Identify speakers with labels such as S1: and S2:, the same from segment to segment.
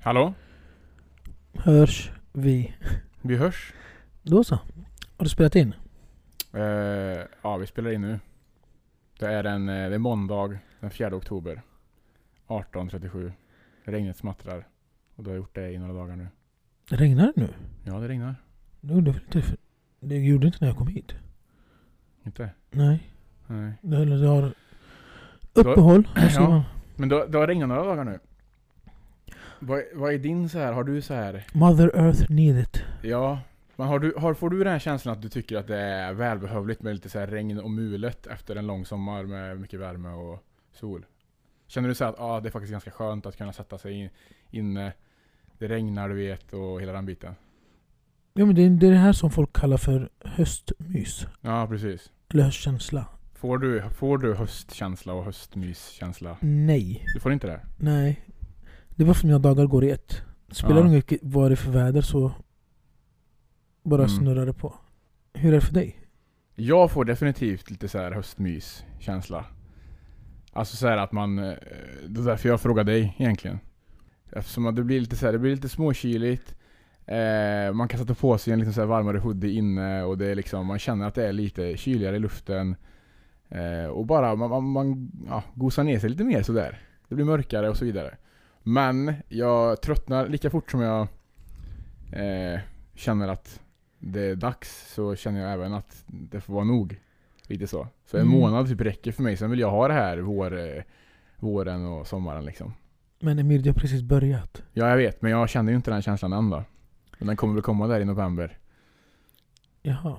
S1: Hallå?
S2: Hörs vi?
S1: Vi hörs.
S2: Då så. Har du spelat in?
S1: Ja, vi spelar in nu. Det är måndag den 4 oktober 18:37. Regnet smattrar. Och du har gjort det i några dagar nu.
S2: Det regnar nu?
S1: Ja, det regnar.
S2: Det gjorde inte när jag kom hit.
S1: Inte?
S2: Nej.
S1: Nej.
S2: Du har uppehåll.
S1: Ja. Men du har regnat några dagar nu. Vad är din så här? Har du så här?
S2: Mother Earth need it.
S1: Ja. Men får du den här känslan att du tycker att det är välbehövligt med lite så här regn och mulet efter en lång sommar med mycket värme och sol? Känner du så att det är faktiskt ganska skönt att kunna sätta sig inne? Det regnar, du vet, och hela den biten.
S2: Ja, men det är det här som folk kallar för höstmys.
S1: Ja, precis.
S2: Eller höstkänsla.
S1: Får du höstkänsla och höstmyskänsla?
S2: Nej.
S1: Du får inte det?
S2: Nej. Det var för mina dagar går i ett. Spelar ingen roll vad det är för väder, så bara snurrar det på. Hur är det för dig?
S1: Jag får definitivt lite så här höstmyskänsla. Alltså så här att man... Det är därför jag frågar dig egentligen. Eftersom att det blir lite så här, det blir lite småkyligt. Man kan sätta på sig en lite så här varmare hoodie inne, och det är liksom, man känner att det är lite kyligare i luften. Och bara man gosar ner sig lite mer så där. Det blir mörkare och så vidare. Men jag tröttnar lika fort som jag känner att det är dags, så känner jag även att det får vara nog. Lite så. Så en månad typ räcker för mig. Sen vill jag ha det här våren och sommaren liksom.
S2: Men Emir, det har precis börjat.
S1: Ja, jag vet. Men jag känner ju inte den känslan än då. Men den kommer väl komma där i november.
S2: Jaha.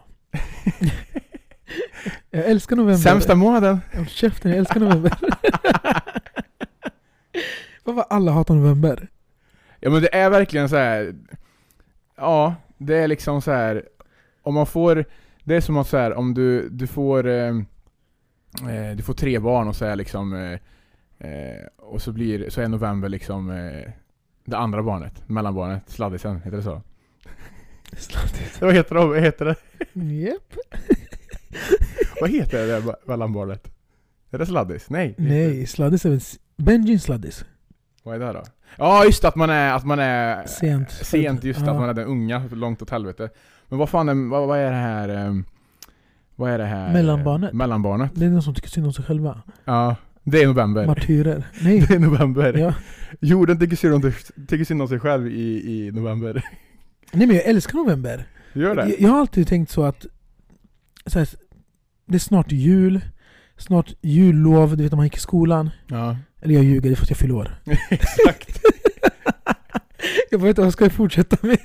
S2: Jag älskar november.
S1: Sämsta månaden.
S2: Käften, jag älskar november. Varför alla hatar november?
S1: Ja, men det är verkligen så här. Ja, det är liksom så här. Om man får... Det är som att så här, om du får 3 barn och så är liksom... och så är november liksom... det andra barnet, mellanbarnet, sladdisen, heter det så?
S2: Sladdis.
S1: Vad heter det?
S2: Japp.
S1: Vad heter det där mellanbarnet? Är det sladdis? Nej,
S2: sladdis är väl Benjin sladdis.
S1: Vad är det då? Ja, just att man är sent just att man är den unga långt åt helvete. Men vad fan vad är det här? Vad är det här? Mellanbarnet.
S2: Det är någon som tycker synd om sig själva.
S1: Ja. Det är november.
S2: Martyrer. Nej.
S1: Det är november.
S2: Ja.
S1: Jorden tycker synd om sig själv i november.
S2: Nej, men jag älskar november.
S1: Gör det?
S2: Jag har alltid tänkt så att så här, det är snart jul. Snart jullov. Du vet, man gick i skolan.
S1: Ja.
S2: Eller jag ljuger, det är för att jag fyller år.
S1: Exakt.
S2: Jag vet inte vad jag ska fortsätta med.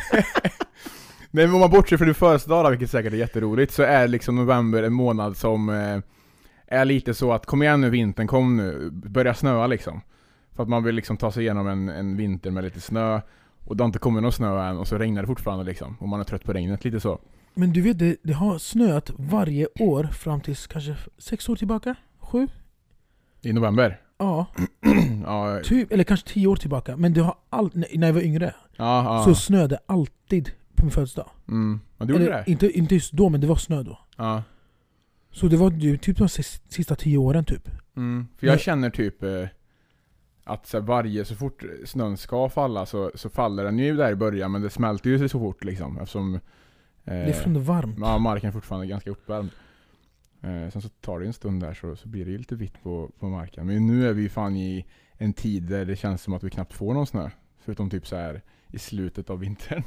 S1: Men om man bortser för det födelsedag, vilket säkert är jätteroligt, så är liksom november en månad som... är lite så att kom igen nu vintern, kom nu, börja snöa liksom. För att man vill liksom ta sig igenom en vinter med lite snö, och det har inte kommit någon snö än, och så regnar det fortfarande liksom, och man är trött på regnet, lite så.
S2: Men du vet, det har snöat varje år fram till kanske 6 år tillbaka? 7?
S1: I november?
S2: Ja.
S1: Ja.
S2: Typ, eller kanske 10 år tillbaka. Men det har när jag var yngre,
S1: så
S2: snöade alltid på min födelsedag.
S1: Men du gjorde det?
S2: Inte just då, men det var snö då.
S1: Ja.
S2: Så det var ju typ de sista 10 åren typ.
S1: För jag känner typ att så fort snön ska falla så faller den ju där i början, men det smälter ju sig så fort liksom, eftersom
S2: det är från det varmt.
S1: Ja, marken är fortfarande ganska uppvärmd. Sen så tar det en stund där, så blir det ju lite vitt på marken. Men nu är vi fan i en tid där det känns som att vi knappt får någon snö, förutom typ så här i slutet av vintern.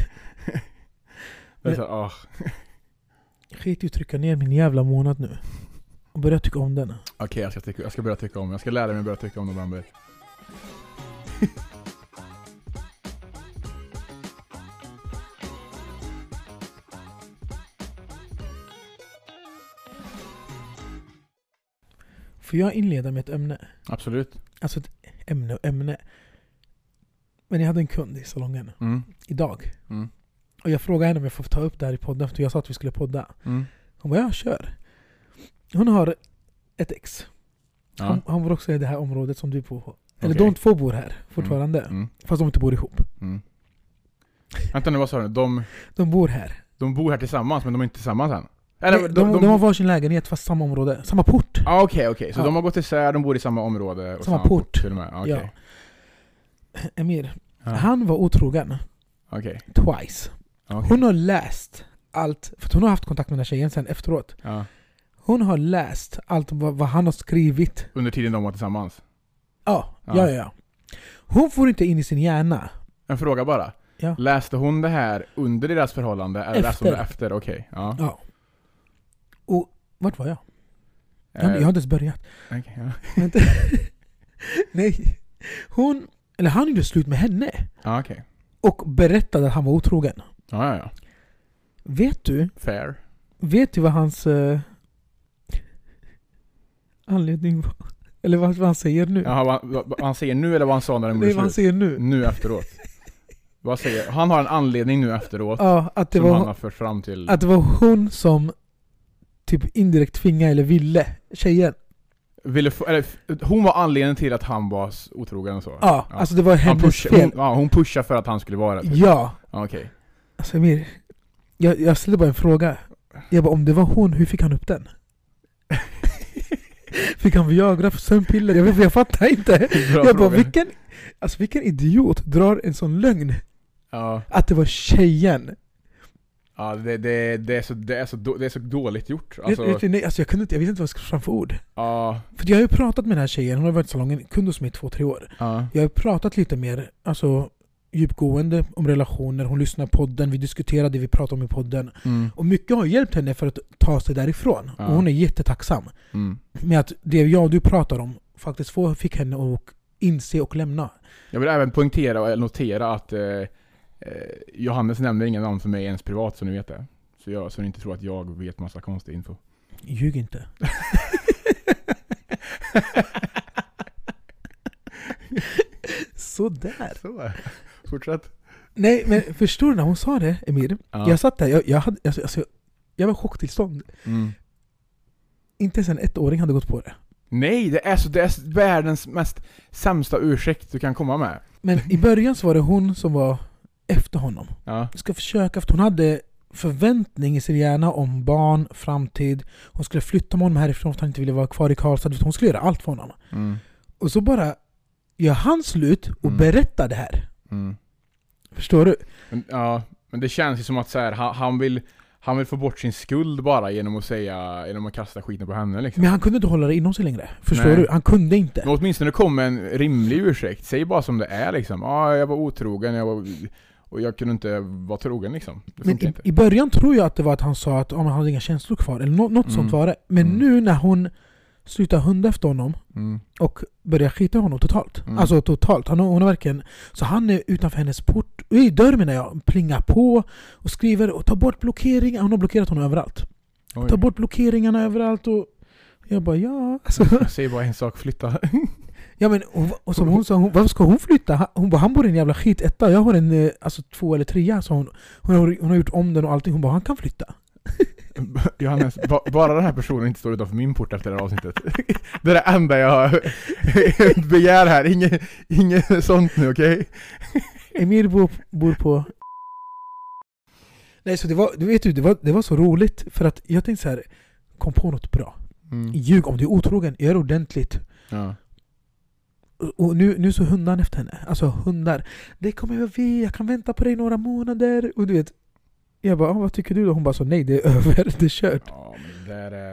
S1: Det är så
S2: skit ju trycka ner min jävla månad nu och börja tycka om den.
S1: Okej, jag ska börja tycka om. Jag ska lära mig att börja tycka om november.
S2: Får jag inleda med ett ämne?
S1: Absolut.
S2: Alltså ett ämne. Men jag hade en kund i salongen idag. Och jag frågade henne om jag får ta upp det här i podden, för jag sa att vi skulle podda. Hon bara, jag kör. Hon har ett ex. Han var också i det här området som du bor på. Eller de två bor här fortfarande. Fast de inte bor ihop.
S1: Vänta nu, vad sa du?
S2: De bor här.
S1: De bor här tillsammans, men de är inte tillsammans än.
S2: Eller, de har varsin lägenhet fast samma område. Samma port.
S1: Okej. Så de har gått isär, de bor i samma område. Och
S2: samma port.
S1: Till och med. Okay.
S2: Ja. Emir, han var otrogen.
S1: Okay.
S2: Twice. Okay. Hon har läst allt, för hon har haft kontakt med den här tjejen sen efteråt.
S1: Ja.
S2: Hon har läst allt vad han har skrivit.
S1: Under tiden de var tillsammans?
S2: Ja. Hon får inte in i sin hjärna.
S1: En fråga bara.
S2: Ja.
S1: Läste hon det här under deras förhållande? Eller läste hon det efter? Okej.
S2: Ja. Och vart var jag? Jag har inte ens börjat.
S1: Okay, ja.
S2: Nej. Han gjorde slut med henne.
S1: Ja, okej.
S2: Och berättade att han var otrogen.
S1: Ja.
S2: Vet du?
S1: Fair.
S2: Vet du vad hans anledning var? Eller vad han säger nu?
S1: Ja, vad han säger nu eller vad han sa när det
S2: Nej, vad han säger nu.
S1: Nu efteråt. Vad säger han? Har en anledning nu efteråt.
S2: Ja, att det
S1: som
S2: var
S1: han har fört fram till.
S2: Att det var hon som typ indirekt tvingade eller ville tjejen.
S1: Hon var anledningen till att han var otrogen och så.
S2: Ja. Alltså det var hennes fel.
S1: Hon pushade för att han skulle vara det. Typ.
S2: Ja.
S1: Okej.
S2: Alltså Emir, jag ställde bara en fråga. Jag bara, om det var hon, hur fick han upp den? Fick han Viagra för sömnpiller? Jag fattar inte. Jag bara, vilken idiot drar en sån lögn?
S1: Ja.
S2: Att det var tjejen.
S1: Ja, det är så dåligt gjort. Alltså,
S2: jag visste inte vad jag skulle fram för ord.
S1: Ja.
S2: För jag har ju pratat med den här tjejen, hon har varit i salongen, kunde hos mig 2-3 år.
S1: Ja.
S2: Jag har pratat lite mer, alltså djupgående om relationer, hon lyssnar på podden, vi diskuterade det vi pratade om i podden. Och mycket har hjälpt henne för att ta sig därifrån. Och hon är jättetacksam. Med att det jag och du pratar om faktiskt fick henne att inse och lämna. Jag
S1: vill även poängtera och notera att Johannes nämner ingen namn för mig ens privat, så ni vet det. Så ni inte tror att jag vet massa konstig info.
S2: Ljug inte. Sådär.
S1: Så. Fortsätt.
S2: Nej, men förstår du när hon sa det, Emir? Ja. Jag satt där, jag var chocktillstånd. Inte ens en 1-åring hade gått på det.
S1: Nej, det är världens mest sämsta ursäkt du kan komma med.
S2: Men i början så var det hon som var efter honom. Ja. Jag ska försöka, för hon hade förväntning i sin hjärna om barn, framtid. Hon skulle flytta med honom härifrån för att han inte ville vara kvar i Karlstad. Hon skulle göra allt för honom. Och så bara gör han slut och berättar det här. Förstår du?
S1: Men det känns ju som att så här, han vill få bort sin skuld bara genom att kasta skiten på henne liksom.
S2: Men han kunde inte hålla det inom sig längre. Förstår du? Han kunde inte.
S1: Men åtminstone kom en rimlig ursäkt. Säg bara som det är liksom. Jag var otrogen, och jag kunde inte vara trogen liksom.
S2: Men i början tror jag att det var att han sa att han hade inga känslor kvar eller något sånt var det. Men nu när hon slutar hunda efter honom och börjar skita honom totalt. Alltså totalt. Hon har verkligen, så han är utanför hennes port, i dörren menar jag, plingar på och skriver och tar bort blockeringar. Hon har blockerat honom överallt. Ta bort blockeringarna överallt och jag bara alltså.
S1: Jag säger bara en sak, flytta.
S2: Ja men och som hon sa, varför ska hon flytta? Hon bara, han bor i en jävla skitetta. Jag har en 2 eller 3, så hon har gjort om den och allting. Hon bara, han kan flytta.
S1: Johannes, bara den här personen inte står utanför min port efter det här avsnittet. Det är det enda jag begär här. Inget sånt nu, okej?
S2: Emir bor på... Nej, så det var så roligt. För att jag tänkte så här, kom på något bra. Ljug om du är otrogen, gör ordentligt.
S1: Ja.
S2: Och nu så hundar efter henne. Alltså hundar. Det kommer jag kan vänta på dig några månader. Och du vet, jag bara, vad tycker du då? Hon bara så, nej, det är över, det är kört.
S1: Ja, men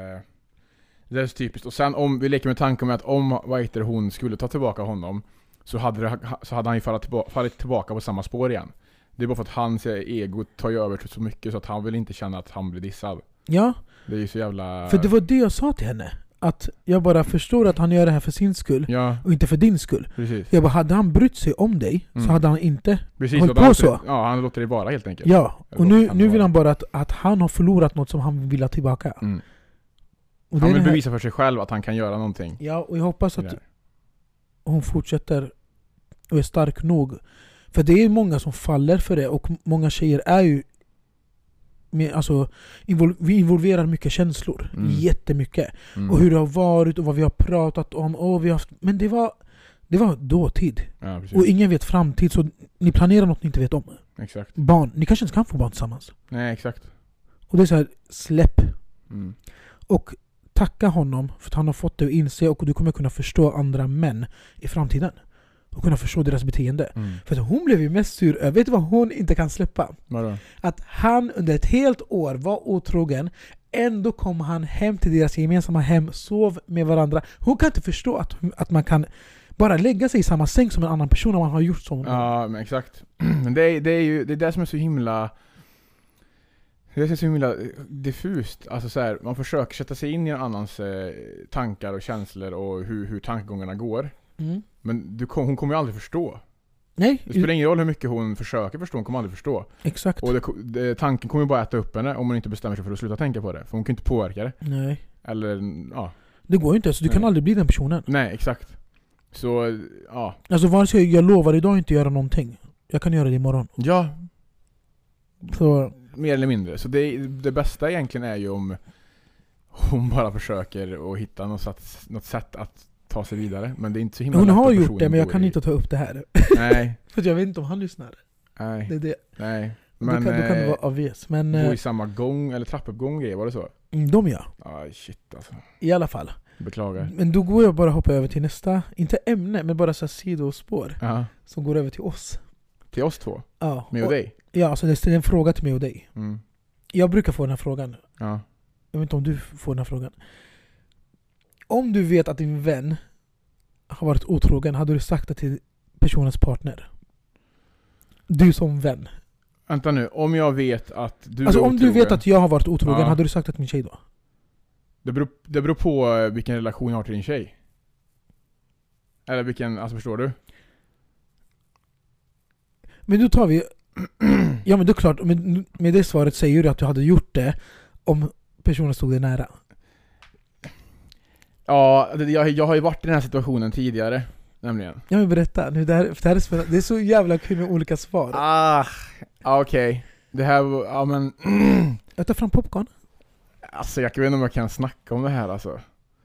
S1: det är så typiskt. Och sen om vi leker med tanken med att om hon skulle ta tillbaka honom, så hade han ju fallit tillbaka på samma spår igen. Det är bara för att hans ego tar ju över så mycket så att han vill inte känna att han blir dissad.
S2: Ja.
S1: Det är ju så jävla...
S2: För det var det jag sa till henne. Att jag bara förstår att han gör det här för sin skull och inte för din skull.
S1: Precis.
S2: Jag bara, hade han brytt sig om dig så hade han inte hållit på så.
S1: Ja, han låter det vara helt enkelt.
S2: Ja, och nu vill han bara att han har förlorat något som han vill ha tillbaka.
S1: Och han vill bevisa för sig själv att han kan göra någonting.
S2: Ja, och jag hoppas att hon fortsätter och är stark nog. För det är många som faller för det, och många tjejer är ju vi involverar mycket känslor, jättemycket. Och hur det har varit och vad vi har pratat om men det var dåtid.
S1: Ja,
S2: och ingen vet framtid, så ni planerar något ni inte vet om.
S1: Exakt.
S2: Barn, ni kanske inte kan få barn tillsammans.
S1: Nej, exakt.
S2: Och det är så här, släpp. Och tacka honom för att han har fått dig att inse, och du kommer kunna förstå andra män i framtiden. och kunna förstå deras beteende. För att hon blev ju mest sur. Vet du vad hon inte kan släppa?
S1: Vadå?
S2: Att han under ett helt år var otrogen. Ändå kom han hem till deras gemensamma hem, sov med varandra. Hon kan inte förstå att man kan bara lägga sig i samma säng som en annan person om man har gjort så.
S1: Ja, men exakt. Men det är ju det som är så himla... Det är så himla diffust. Alltså så här, man försöker sätta sig in i en annans tankar och känslor och hur tankegångarna går. Men hon kommer ju aldrig förstå.
S2: Nej.
S1: Det spelar ingen roll hur mycket hon försöker förstå, hon kommer aldrig förstå.
S2: Exakt.
S1: Och tanken kommer ju bara äta upp henne om hon inte bestämmer sig för att sluta tänka på det. För hon kan inte påverka det.
S2: Nej.
S1: Eller, ja.
S2: Det går ju inte, så du kan aldrig bli den personen.
S1: Nej, exakt. Så, ja.
S2: Alltså vare sig jag lovar idag inte göra någonting. Jag kan göra det imorgon.
S1: Ja.
S2: Så...
S1: Mer eller mindre. Så det bästa egentligen är ju om hon bara försöker att hitta något sätt att ta sig vidare. Men det är inte så himla
S2: hon
S1: lätt.
S2: har gjort det, men jag kan inte ta upp det här.
S1: Nej.
S2: För jag vet inte om han lyssnar.
S1: Nej.
S2: Det är det.
S1: Nej.
S2: Men, då kan det vara obvious. Men,
S1: bo i samma gång eller trappuppgång grejer, var det så?
S2: De ja.
S1: Aj, shit alltså.
S2: I alla fall.
S1: Beklagar.
S2: Men då går jag bara hoppa över till nästa, inte ämne, men bara så här sidospår.
S1: Ja.
S2: Som går över till oss.
S1: Till oss två?
S2: Ja.
S1: Mig och dig?
S2: Ja, alltså det är en fråga till mig och dig. Jag brukar få den här frågan.
S1: Ja.
S2: Jag vet inte om du får den här frågan. Om du vet att din vän har varit otrogen, hade du sagt det till personens partner? Du som vän.
S1: Vänta nu, om jag vet att du
S2: alltså
S1: är
S2: om
S1: otrogen,
S2: du vet att jag har varit otrogen,
S1: ja.
S2: hade du sagt det till min tjej då?
S1: Det beror på vilken relation jag har till din tjej. Eller vilken, alltså förstår du?
S2: Men då tar vi... Ja men det är klart, med det svaret säger du att du hade gjort det om personen stod dig nära.
S1: Ja, jag har ju varit i den här situationen tidigare, nämligen.
S2: Ja men berätta, nu det här är spännande. Det är så jävla kul med olika svar.
S1: Okej. Det här, ja men...
S2: Jag tar fram popcorn.
S1: Alltså jag vet inte om jag kan snacka om det här alltså.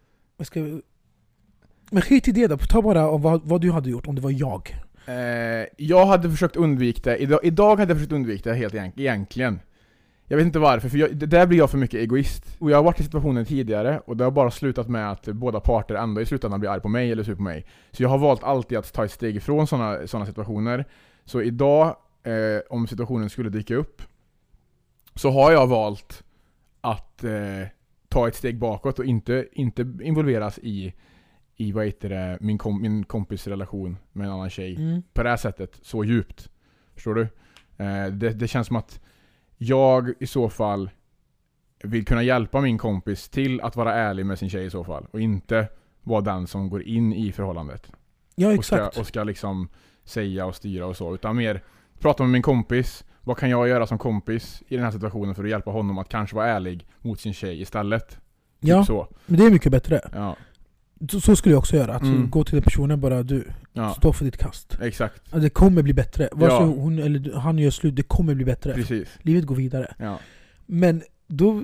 S2: Men skit i det då, ta bara om vad du hade gjort om det var jag.
S1: Jag hade försökt undvika det. Idag hade jag försökt undvika det helt egentligen. Jag vet inte varför, för där blir jag för mycket egoist. Och jag har varit i situationen tidigare och det har bara slutat med att båda parter ändå i slutändan blir arg på mig eller sur på mig. Så jag har valt alltid att ta ett steg ifrån såna situationer. Så idag, om situationen skulle dyka upp, så har jag valt att ta ett steg bakåt och inte involveras i vad heter det, min kompis relation med en annan tjej på det här sättet, så djupt. Förstår du? Det känns som att jag i så fall vill kunna hjälpa min kompis till att vara ärlig med sin tjej i så fall. Och inte vara den som går in i förhållandet.
S2: Ja, exakt.
S1: Och ska liksom säga och styra och så. Utan mer prata med min kompis. Vad kan jag göra som kompis i den här situationen för att hjälpa honom att kanske vara ärlig mot sin tjej istället?
S2: Ja,
S1: typ så.
S2: Men det är mycket bättre.
S1: Ja.
S2: Så skulle jag också göra. Att gå till den personen bara, du stå för ditt kast.
S1: Exakt.
S2: Alltså, det kommer bli bättre. Vare sig hon eller han gör slut, det kommer bli bättre.
S1: Precis.
S2: Livet går vidare.
S1: Ja.
S2: Men då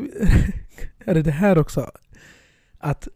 S2: är det här också. Att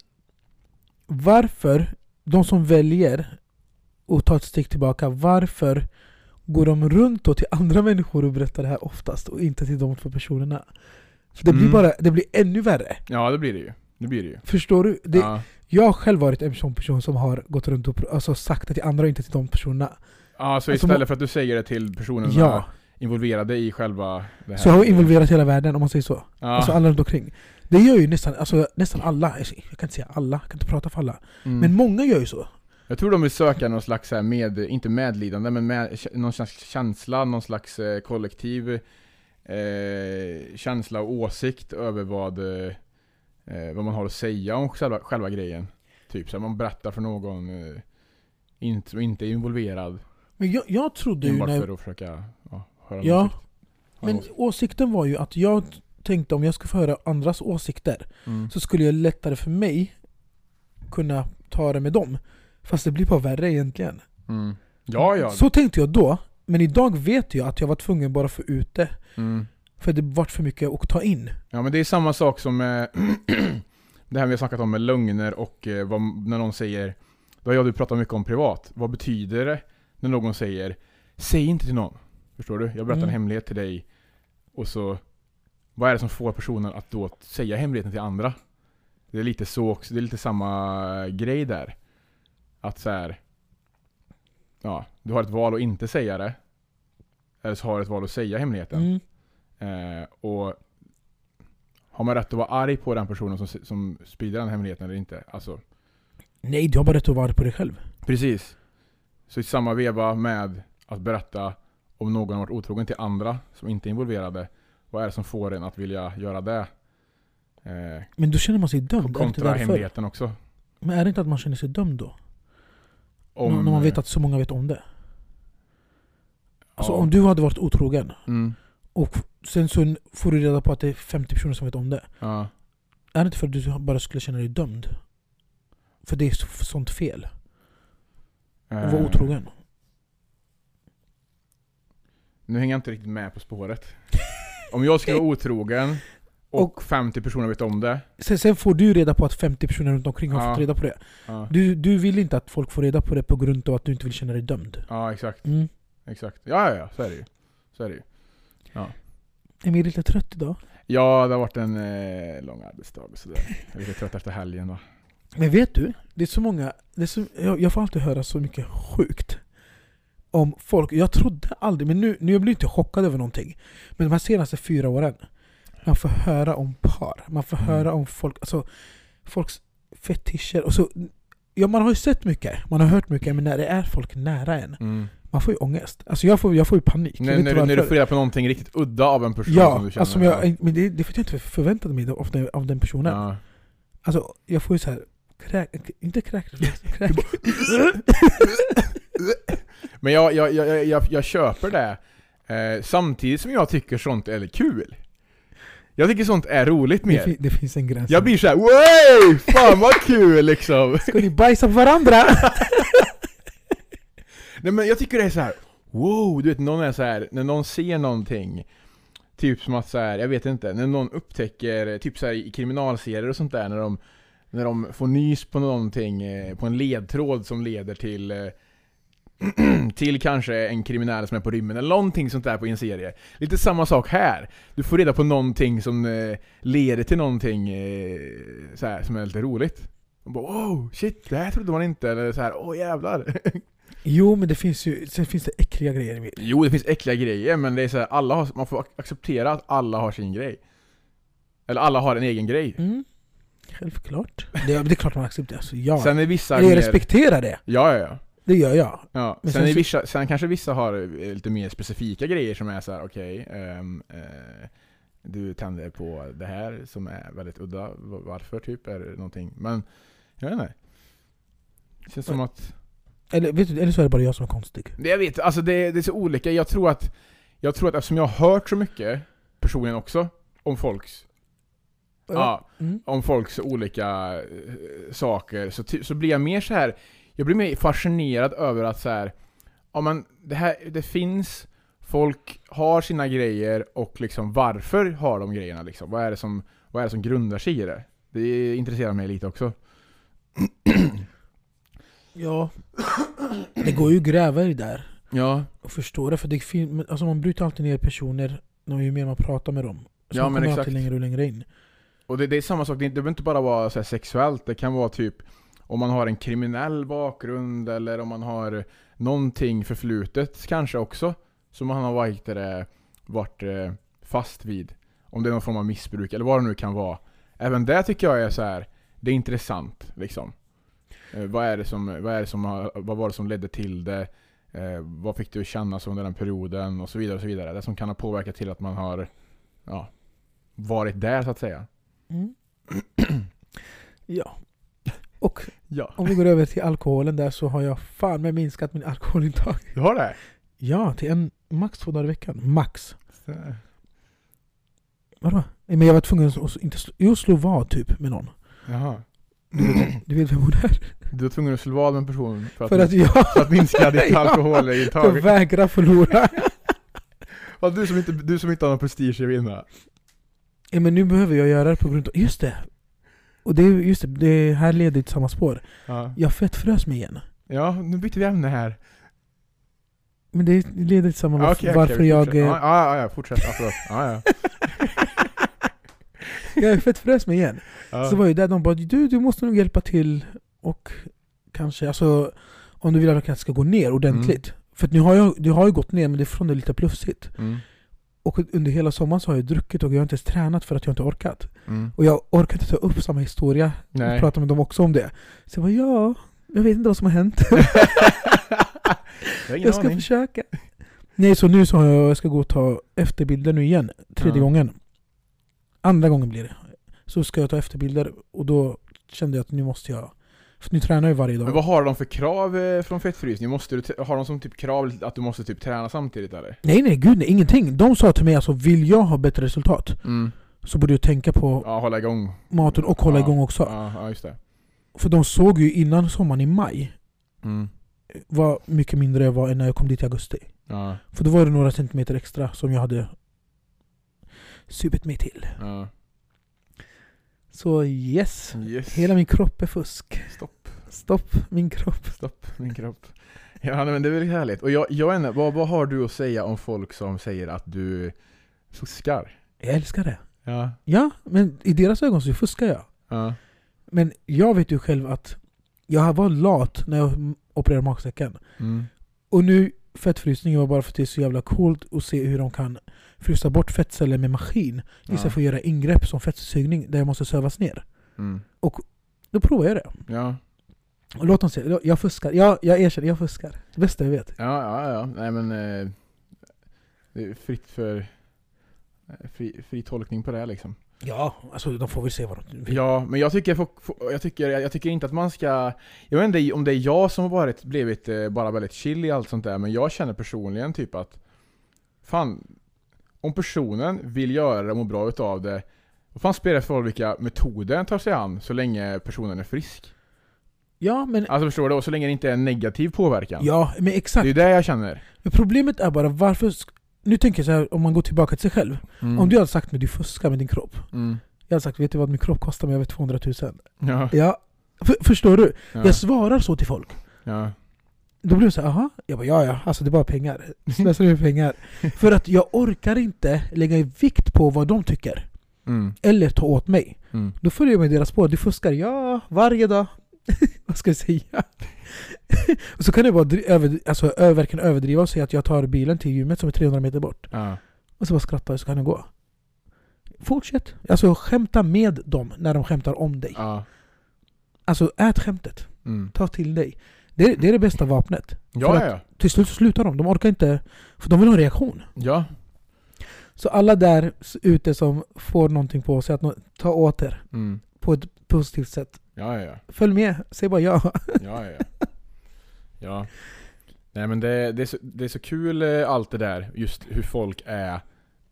S2: varför de som väljer att ta ett steg tillbaka, varför går de runt och till andra människor och berättar det här oftast och inte till de två personerna? För det blir ännu värre.
S1: Ja, det blir det ju. Det blir det ju.
S2: Förstår du? Jag har själv varit en sån person som har gått runt och sagt det till andra och inte till de personerna.
S1: Ja, så istället för att du säger det till personen involverade i själva det här.
S2: Så jag har involverat hela världen, om man säger så. Ja. Alltså alla runt omkring. Det gör ju nästan alla. Jag kan inte säga alla, jag kan inte prata för alla. Men många gör ju så.
S1: Jag tror de vill söka någon slags inte medlidande, men någon slags känsla, någon slags kollektiv känsla och åsikt över vad man har att säga om själva grejen. Typ så att man berättar för någon inte är involverad.
S2: Men jag trodde ju
S1: för att försöka höra åsikt.
S2: Men åsikten var ju att jag tänkte om jag skulle få höra andras åsikter så skulle jag lättare för mig kunna ta det med dem. Fast det blir bara värre egentligen. Ja. Så tänkte jag då. Men idag vet jag att jag var tvungen bara för ut det. För det var för mycket att ta in.
S1: Ja, men det är samma sak som det här vi har snackat om med lögner och när någon säger, då har jag pratat mycket om privat. Vad betyder det när någon säger säg inte till någon? Förstår du? Jag berättar en hemlighet till dig och så vad är det som får personen att då säga hemligheten till andra? Det är lite så också, det är lite samma grej där. Att så här, du har ett val att inte säga det. Eller så har du ett val att säga hemligheten. Och har man rätt att vara arg på den personen som sprider den hemligheten eller inte? Alltså,
S2: nej, du har bara rätt att vara arg på dig själv.
S1: Precis. Så i samma veva med att berätta om någon har varit otrogen till andra som inte är involverade, vad är det som får en att vilja göra det?
S2: Men då känner man sig dömd.
S1: Kontra hemligheten också.
S2: Men är det inte att man känner sig dömd då? När man vet att så många vet om det. Alltså om du hade varit otrogen och sen så får du reda på att det är 50 personer som vet om det. Är det inte för att du bara skulle känna dig dömd? För det är sånt fel. Att vara otrogen.
S1: Nu hänger jag inte riktigt med på spåret. Om jag skulle vara otrogen och 50 personer vet om det.
S2: Sen får du reda på att 50 personer runt omkring har fått reda på det. Du vill inte att folk får reda på det på grund av att du inte vill känna dig dömd.
S1: Ja, exakt. Exakt. Ja, så är det ju. Ja.
S2: Är du lite trött idag?
S1: Ja, det har varit en lång arbetsdag och sådär. Jag är lite trött efter helgen då.
S2: Men vet du, det är så många, jag får alltid höra så mycket sjukt om folk. Jag trodde aldrig, men nu jag blir inte chockad över någonting. Men de här senaste 4 åren, man får höra om par. Man får höra om folk, alltså folks fetischer. Och så, ja, man har ju sett mycket, man har hört mycket, men när det är folk nära en, man får ju ångest. Alltså jag får ju panik.
S1: När du får reda på någonting riktigt udda av en person som du känner.
S2: Alltså men det är för att jag inte förväntade mig av den personen. Ja. Alltså jag får ju så här inte kräk.
S1: Men jag köper det. Samtidigt som jag tycker sånt är kul. Jag tycker sånt är roligt mer.
S2: Det finns en gräns.
S1: Jag blir så här: wow, fan vad kul liksom.
S2: Ska ni bajsa på varandra?
S1: Nej, men jag tycker det är så här: wow, du vet, någon är så här, när någon ser någonting, typ som att så här, jag vet inte, när någon upptäcker typ så här i kriminalserier och sånt där, när de får nys på någonting, på en ledtråd som leder till kanske en kriminell som är på rymmen eller någonting sånt där på en serie. Lite samma sak här. Du får reda på någonting som leder till någonting så här, som är lite roligt. Och bara, wow, shit, det här trodde man inte. Eller så här, åh jävlar.
S2: Jo, men sen finns det äckliga grejer.
S1: Jo, det finns äckliga grejer, men det är så här, man får acceptera att alla har sin grej. Eller alla har en egen grej.
S2: Självklart. Det är klart man accepterar. Alltså, ja.
S1: Sen är vissa
S2: jag respekterar det.
S1: Ja.
S2: Det gör jag.
S1: Ja. Sen kanske vissa har lite mer specifika grejer som är så här: okej, du tänder på det här som är väldigt udda. Varför typ är det någonting? Men jag vet inte. Det känns som att
S2: eller så är det bara jag som är konstig.
S1: Jag vet, alltså det är så olika. Jag tror att eftersom jag har hört så mycket personligen också om folks om folks olika saker, så blir jag mer så här. Jag blir mer fascinerad över att så här, ja, men det finns, folk har sina grejer, och liksom varför har de grejerna liksom? Vad är det som grundar sig i det? Det intresserar mig lite också. Ja,
S2: det går ju att gräva i det där.
S1: Ja.
S2: Och förstå det, för alltså man bryter alltid ner personer när ju mer man pratar med dem. Så
S1: ja,
S2: man
S1: men
S2: kommer
S1: exakt.
S2: alltid längre och längre in.
S1: Och det är samma sak, det behöver inte bara vara så här sexuellt, det kan vara typ om man har en kriminell bakgrund, eller om man har någonting förflutet kanske också som man har varit fast vid. Om det är någon form av missbruk eller vad det nu kan vara. Även det tycker jag är så här, det är intressant liksom. Vad var det som ledde till det? Vad fick du känna under den perioden och så vidare och så vidare. Det som kan ha påverkat till att man har varit där så att säga.
S2: Ja. Och om vi går över till alkoholen där, så har jag fan med minskat min alkoholintag.
S1: Du har det?
S2: Ja, till max 2 dagar i veckan. Max. Vadå? Men jag var tvungen att slå vad typ med någon.
S1: Jaha.
S2: Du vet vem hon är?
S1: Du var tvungen att slå vad med en person för att minska ditt alkoholintag.
S2: För att vägra förlora.
S1: Du som inte har någon prestige i vinna.
S2: Ja, men nu behöver jag göra det på grund av... Just det. Och det här leder till samma spår. Ja. Jag fettfrös mig igen.
S1: Ja, nu byter vi ämne här.
S2: Men det leder till samma varför jag...
S1: Fortsätt. Ja.
S2: Jag fettfrös mig igen. Ja. Så var ju där de bara, du måste nog hjälpa till. Och kanske, alltså... Om du vill att jag ska gå ner ordentligt. För att det har ju gått ner, men det är från det lite plufsigt. Och under hela sommaren så har jag druckit och jag har inte ens tränat för att jag inte orkat. Och jag orkar inte ta upp samma historia och prata med dem också om det. Så jag bara, jag vet inte vad som har hänt. Jag ska försöka. Nej, så nu så jag ska gå och ta efterbilder nu igen. 3:e gången. 2:a gången blir det. Så ska jag ta efterbilder och då kände jag att nu måste jag. För nu tränar jag varje dag.
S1: Men vad har de för krav från fettfrysning? Har de som typ krav att du måste typ träna samtidigt eller?
S2: Nej, gud nej, ingenting. De sa till mig alltså, vill jag ha bättre resultat så borde du tänka på
S1: hålla igång
S2: maten och hålla igång också.
S1: Ja, just det.
S2: För de såg ju innan sommaren i maj var mycket mindre jag var än när jag kom dit i augusti. Ja. För då var det några centimeter extra som jag hade supit mig till. Ja. Så yes. Hela min kropp är fusk. Stopp min kropp. Ja, men det är väldigt härligt. Och jag undrar, vad har du att säga om folk som säger att du fuskar? Jag älskar det. Ja, men i deras ögon så fuskar jag. Ja. Men jag vet ju själv att jag var lat när jag opererade magsäcken. Och nu fettfrysningen var bara för att det är så jävla coolt att se hur de kan frysa bort fettceller med maskin istället för att göra ingrepp som fettsugning där jag måste sövas ner. Och då provar jag det. Ja. Och låt dem se, jag fuskar. Jag erkänner, jag fuskar. Det bästa jag vet.
S1: Ja. Nej men det är fritt för fri tolkning på det liksom.
S2: Ja, alltså de får väl se vad de vill.
S1: Ja, men jag tycker inte att man ska. Jag vet inte om det är jag som har blivit bara väldigt chill i allt sånt där, men jag känner personligen typ att fan, om personen vill göra det och må bra utav det, vad fan spelar det för vilka metoder den tar sig an så länge personen är frisk? Ja, men alltså förstår du, och så länge det inte är en negativ påverkan.
S2: Ja, men exakt.
S1: Det är det jag känner.
S2: Men problemet är bara varför. Nu tänker jag så här, om man går tillbaka till sig själv. Om du hade sagt att du fuskar med din kropp. Jag hade sagt, vet du vad min kropp kostar mig över 200 000? Ja. Förstår du? Ja. Jag svarar så till folk. Ja. Då blir det så här, aha. Jag bara, ja, alltså det är bara pengar. Slösar med pengar. För att jag orkar inte lägga i vikt på vad de tycker. Eller ta åt mig. Då följer jag med deras spår. Du fuskar, varje dag. Vad ska jag säga? Och så kan jag bara verkligen överdriva och säga att jag tar bilen till gymmet som är 300 meter bort. Och så bara skrattar och så kan jag gå. Fortsätt. Alltså skämta med dem när de skämtar om dig. Alltså ät skämtet. Ta till dig. Det är det bästa vapnet.
S1: Ja.
S2: Till slut så slutar de. De orkar inte, för de vill ha en reaktion.
S1: Ja. Så
S2: alla där ute som får någonting på sig att ta åt er på ett positivt sätt.
S1: Ja.
S2: Följ med, säg bara ja.
S1: Ja. Nej men det är så kul allt det där, just hur folk är.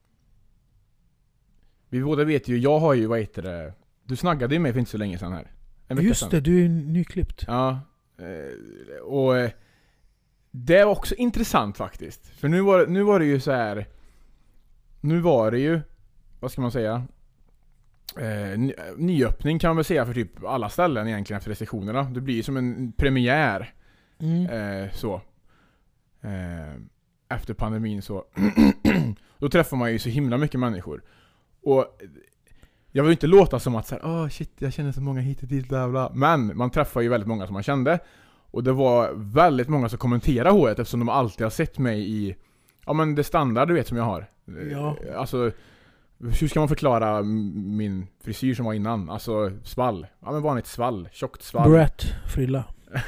S1: Vi båda vet ju, jag har ju, vad heter det, du snaggade ju mig för inte så länge sedan här.
S2: Just det, du är nyklippt.
S1: Ja. Och det var också intressant faktiskt. För nu var det ju så här. Nu var det ju, vad ska man säga, nyöppning kan man väl säga för typ alla ställen egentligen efter restriktionerna. Det blir som en premiär efter pandemin så. Då träffar man ju så himla mycket människor. Och jag vill inte låta som att så här, shit, jag känner så många hit och dit, bla bla. Men man träffar ju väldigt många som man kände. Och det var väldigt många som kommenterade håret eftersom de alltid har sett mig i, ja men det standard du vet som jag har. Ja. Alltså, hur ska man förklara min frisyr som var innan? Alltså svall. Ja men vanligt svall, tjockt svall.
S2: Brett, frilla.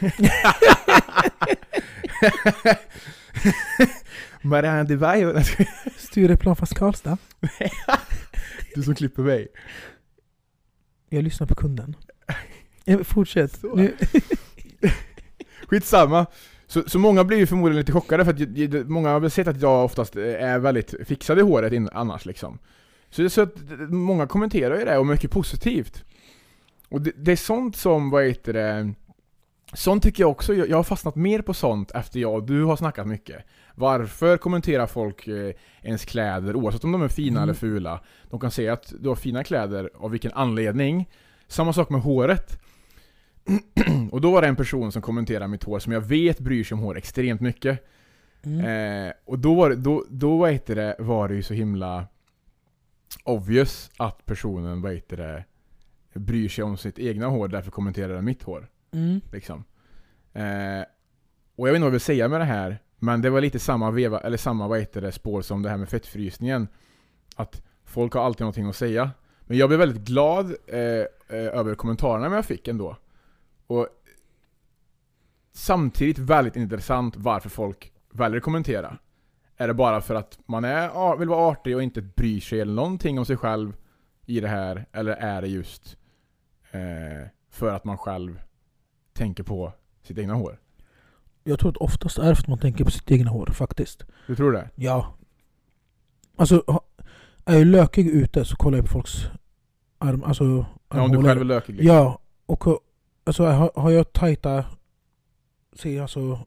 S1: Marianne de Vajo.
S2: Stureplan fast Karlstad.
S1: Du som klipper mig.
S2: Jag lyssnar på kunden. Fortsätt.
S1: Skitsamma. Så många blir ju förmodligen lite chockade för att många har väl sett att jag oftast är väldigt fixad i håret annars liksom. Så att många kommenterar ju det och mycket positivt. Och det är sånt som, vad heter det, sånt tycker jag också, jag har fastnat mer på sånt efter du har snackat mycket. Varför kommenterar folk ens kläder oavsett om de är fina eller fula? De kan säga att du har fina kläder, av vilken anledning. Samma sak med håret. Och då var det en person som kommenterade mitt hår som jag vet bryr sig om hår extremt mycket. Och då var det ju så himla obvious att personen bryr sig om sitt egna hår, därför kommenterade mitt hår. Liksom. Och jag vet inte vad jag vill säga med det här, men det var lite samma veva, eller samma spår som det här med fettfrysningen. Att folk har alltid någonting att säga. Men jag blev väldigt glad över kommentarerna jag fick ändå. Och samtidigt väldigt intressant varför folk väljer att kommentera. Är det bara för att man vill vara artig och inte bryr sig eller någonting om sig själv i det här? Eller är det just för att man själv tänker på sitt egna hår?
S2: Jag tror att oftast är det för att man tänker på sitt egna hår, faktiskt.
S1: Du tror det?
S2: Ja. Alltså, är jag lökig ute så kollar jag på folks arm. Alltså,
S1: ja, om du själv är lökig. Liksom.
S2: Ja, och alltså, har jag tajta alltså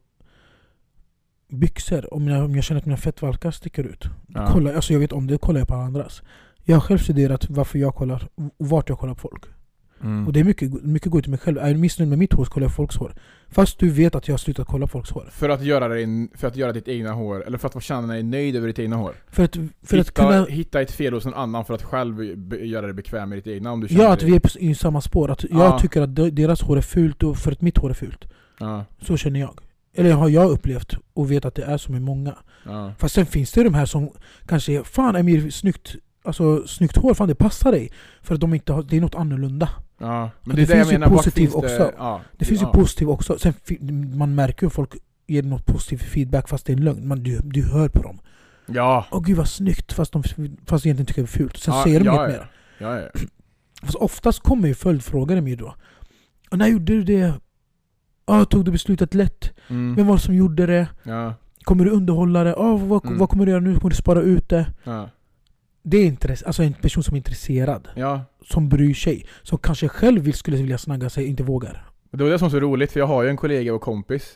S2: byxor, om jag känner att mina fettvalkar sticker ut, kollar, alltså jag vet om det, kollar jag på andras. Jag har själv studerat varför jag kollar, vart jag kollar på folk. Och det är mycket gå ut till mig själv. Är jag missnöjd med mitt hår så kollar jag folks hår. Fast du vet att jag har slutat kolla folks hår.
S1: För att göra ditt egna hår, eller för att känna dig nöjd över ditt egna hår.
S2: För att kunna
S1: hitta ett fel hos någon annan för att själv göra det bekväm med ditt egna, om du känner
S2: att vi är i samma spår. Att jag tycker att deras hår är fult och för att mitt hår är fult. Så känner jag. Eller har jag upplevt och vet att det är så med många. Fast sen finns det de här som kanske fan är mer snyggt. Alltså snyggt hår, fan det passar dig. För att de inte har, det är något annorlunda.
S1: Ja, men
S2: det finns ju positivt också. Det finns ju
S1: positivt
S2: positivt också. Sen man märker ju att folk ger något positiv feedback fast det är en lögn. Du hör på dem.
S1: Ja.
S2: Åh gud vad snyggt, fast egentligen tycker det är fult. Sen säger de inget mer.
S1: Ja.
S2: Fast oftast kommer ju följdfrågor med då. Och när gjorde du det? Tog du beslutet lätt? Vem var det som gjorde det?
S1: Ja.
S2: Kommer du underhålla det? Vad kommer du göra nu? Kommer du spara ut det?
S1: Ja.
S2: Det är alltså en person som är intresserad.
S1: Ja.
S2: Som bryr sig. Som kanske själv skulle vilja snagga sig, inte vågar.
S1: Det var det som var så roligt, för jag har ju en kollega och kompis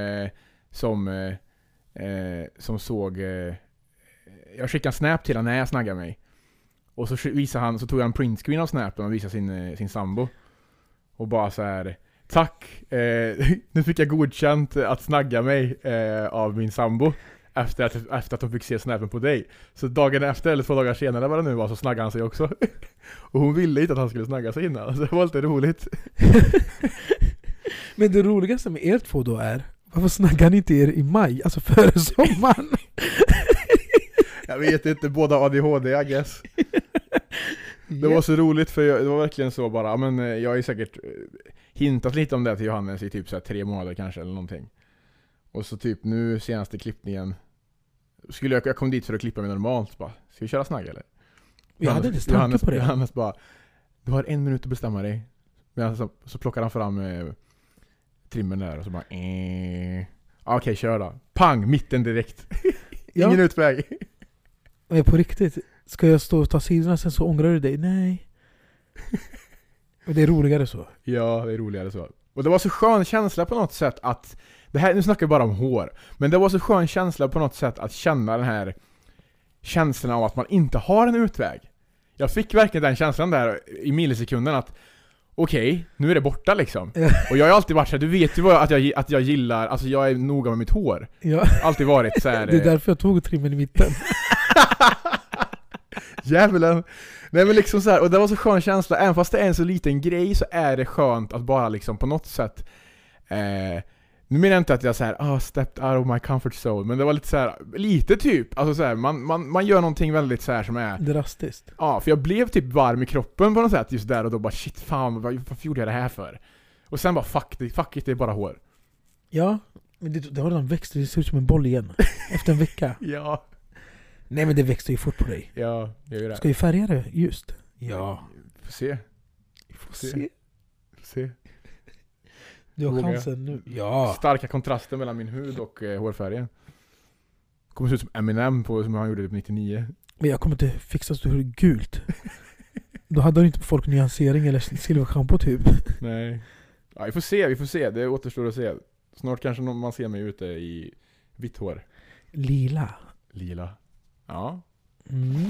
S1: som såg... jag skickade en snap till honom när jag snaggade mig. Och så så tog jag en printscreen av snappen och visade sin sambo. Och bara så här: tack, nu fick jag godkänt att snagga mig av min sambo. Efter att de fick se snappen på dig. Så dagen efter, eller 2 dagar senare vad det nu var, så snaggade han sig också. Och hon ville inte att han skulle snagga sig innan. Så det var lite roligt.
S2: Men det roligaste med er två då är, varför snaggar ni inte er i maj? Alltså före sommaren.
S1: Jag vet inte, båda ADHD, I guess. Det var så roligt, för det var verkligen så bara, men jag har ju säkert hintat lite om det till Johannes i typ så här 3 månader kanske eller någonting. Och så typ nu senaste klippningen jag kom dit för att klippa mig normalt bara. Ska vi köra snagg eller?
S2: Vi hade inte tanke på det.
S1: Johannes bara, du har 1 minut att bestämma dig. Men så plockar han fram trimmen där och så bara okej, kör då. Pang, mitten direkt. Ingen utväg.
S2: Men på riktigt, ska jag stå och ta sidorna sen så ångrar du dig? Nej. Och det är roligare så.
S1: Ja, det är roligare så. Och det var så skön känsla på något sätt att nu snackar vi bara om hår, men det var så skön känsla på något sätt att känna den här känslan av att man inte har en utväg. Jag fick verkligen den känslan där i millisekunden att okej, nu är det borta liksom. Och jag har alltid varit så här, du vet ju att jag gillar, alltså jag är noga med mitt hår.
S2: Ja.
S1: Alltid varit så här.
S2: Det är därför jag tog trimmen i mitten.
S1: Jävlen. Nej men liksom så här, och det var så skön känsla, även fast det är en så liten grej så är det skönt att bara liksom på något sätt nu menar jag inte att jag så här stepped out of my comfort zone, men det var lite så här, lite typ, alltså så här, man gör någonting väldigt så här som är
S2: drastiskt.
S1: Ja, för jag blev typ varm i kroppen på något sätt just där och då bara shit fan, varför gjorde jag det här för? Och sen bara fuck it, det är bara hår.
S2: Ja, men det har redan växt, det ser ut som en boll igen efter en vecka.
S1: Ja.
S2: Nej men det växer ju fort på dig.
S1: Ja, det gör det.
S2: Ska vi färga det just? Ja.
S1: Får se. Får se.
S2: Du har chansen nu. Ja.
S1: Starka kontraster mellan min hud och hårfärgen. Kommer se ut som Eminem som han gjorde typ 99.
S2: Men jag kommer inte fixa så hur gult. Då hade inte folk nyansering eller silverschampo typ.
S1: Nej. Ja, vi får se. Det återstår att se. Snart kanske man ser mig ute i vitt hår.
S2: Lila.
S1: Ja.
S2: Mm.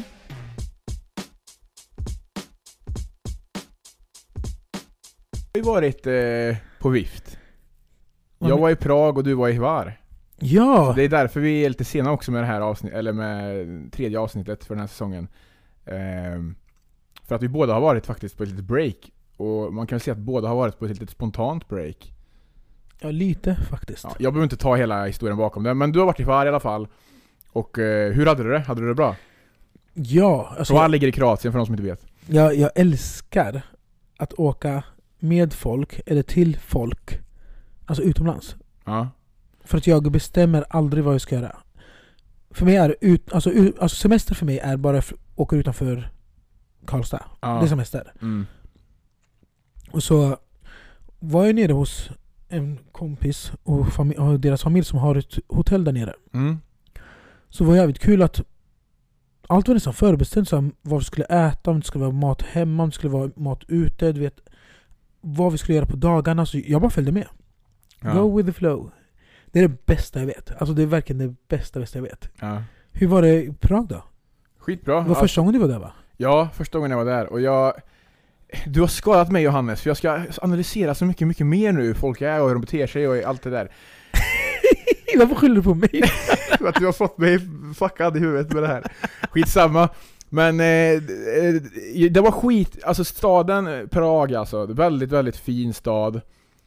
S1: Vi har varit på vift. Jag var i Prag och du var i Hvar.
S2: Ja.
S1: Så det är därför vi är lite sena också med det här avsnittet, eller med 3:e avsnittet för den här säsongen. För att vi båda har varit faktiskt på ett litet break. Och man kan säga att båda har varit på ett litet spontant break.
S2: Ja, lite faktiskt.
S1: Ja, jag behöver inte ta hela historien bakom det, men du har varit i Hvar i alla fall. Och hur hade du det? Hade du det bra?
S2: Ja, alltså...
S1: Hvar ligger i Kroatien för de som inte vet.
S2: Jag älskar att åka med folk eller till folk, alltså utomlands.
S1: Ja.
S2: För att jag bestämmer aldrig vad jag ska göra. För mig är alltså semester för mig är bara åka utanför Karlstad.
S1: Ja.
S2: Det är semester.
S1: Mm.
S2: Och så var jag nere hos en kompis och deras familj som har ett hotell där nere.
S1: Mm.
S2: Så var det jävligt kul att allt var nästan förbestämt, så vad vi skulle äta, om det skulle vara mat hemma, om det skulle vara mat ute, du vet, vad vi skulle göra på dagarna. Så jag bara följde med.
S1: Ja.
S2: Go with the flow. Det är det bästa jag vet. Alltså det är verkligen det bästa jag vet.
S1: Ja.
S2: Hur var det i Prag då?
S1: Skitbra.
S2: Det var första gången du var där, va?
S1: Ja, första gången jag var där. Och du har skadat mig, Johannes, för jag ska analysera så mycket mer nu. Folk är och hur de beter sig och allt det där.
S2: Varför skyller du på mig?
S1: Att du har fått mig fuckad i huvudet med det här. Skitsamma. Men det var skit. Alltså staden Prag, alltså. Väldigt, väldigt fin stad.